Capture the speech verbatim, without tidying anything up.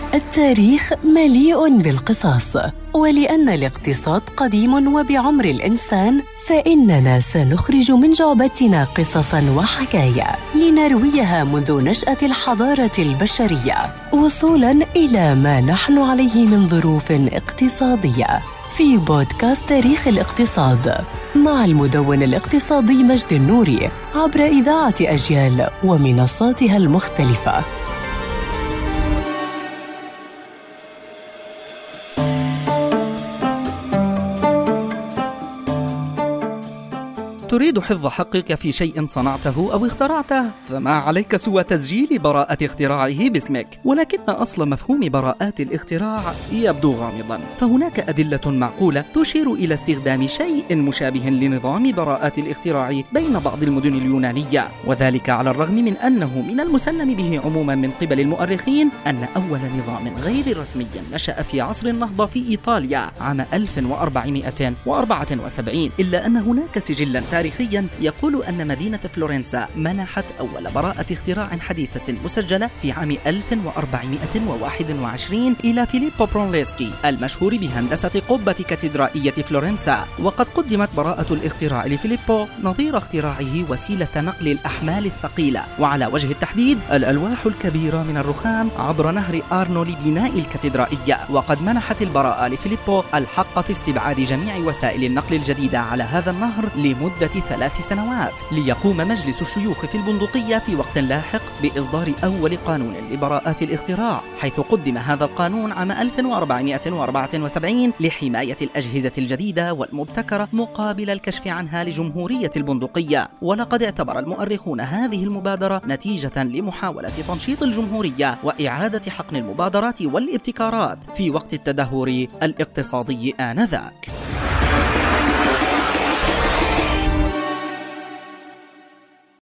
التاريخ مليء بالقصص، ولأن الاقتصاد قديم وبعمر الإنسان، فإننا سنخرج من جعبتنا قصصاً وحكايا لنرويها منذ نشأة الحضارة البشرية وصولاً إلى ما نحن عليه من ظروف اقتصادية، في بودكاست تاريخ الاقتصاد مع المدون الاقتصادي مجد النوري عبر إذاعة أجيال ومنصاتها المختلفة. تريد حفظ حقك في شيء صنعته أو اخترعته؟ فما عليك سوى تسجيل براءة اختراعه باسمك، ولكن أصل مفهوم براءات الاختراع يبدو غامضا، فهناك أدلة معقولة تشير إلى استخدام شيء مشابه لنظام براءات الاختراع بين بعض المدن اليونانية، وذلك على الرغم من أنه من المسلم به عموما من قبل المؤرخين أن أول نظام غير رسمي نشأ في عصر النهضة في إيطاليا عام ألف وأربعمائة وأربعة وسبعين، إلا أن هناك سجلا تاريخيا يقول أن مدينة فلورنسا منحت أول براءة اختراع حديثة مسجلة في عام ألف وأربعمائة وواحد وعشرين إلى فيليبو برونليسكي المشهور بهندسة قبة كاتدرائية فلورنسا. وقد قدمت براءة الاختراع لفيليبو نظير اختراعه وسيلة نقل الأحمال الثقيلة، وعلى وجه التحديد الألواح الكبيرة من الرخام عبر نهر آرنو لبناء الكاتدرائية. وقد منحت البراءة لفيليبو الحق في استبعاد جميع وسائل النقل الجديدة على هذا النهر لمدة ثلاث سنوات، ليقوم مجلس الشيوخ في البندقية في وقت لاحق بإصدار أول قانون لبراءات الاختراع، حيث قدم هذا القانون عام ألف وأربعمائة وأربعة وسبعين لحماية الأجهزة الجديدة والمبتكرة مقابل الكشف عنها لجمهورية البندقية. ولقد اعتبر المؤرخون هذه المبادرة نتيجة لمحاولة تنشيط الجمهورية وإعادة حقن المبادرات والابتكارات في وقت التدهور الاقتصادي آنذاك.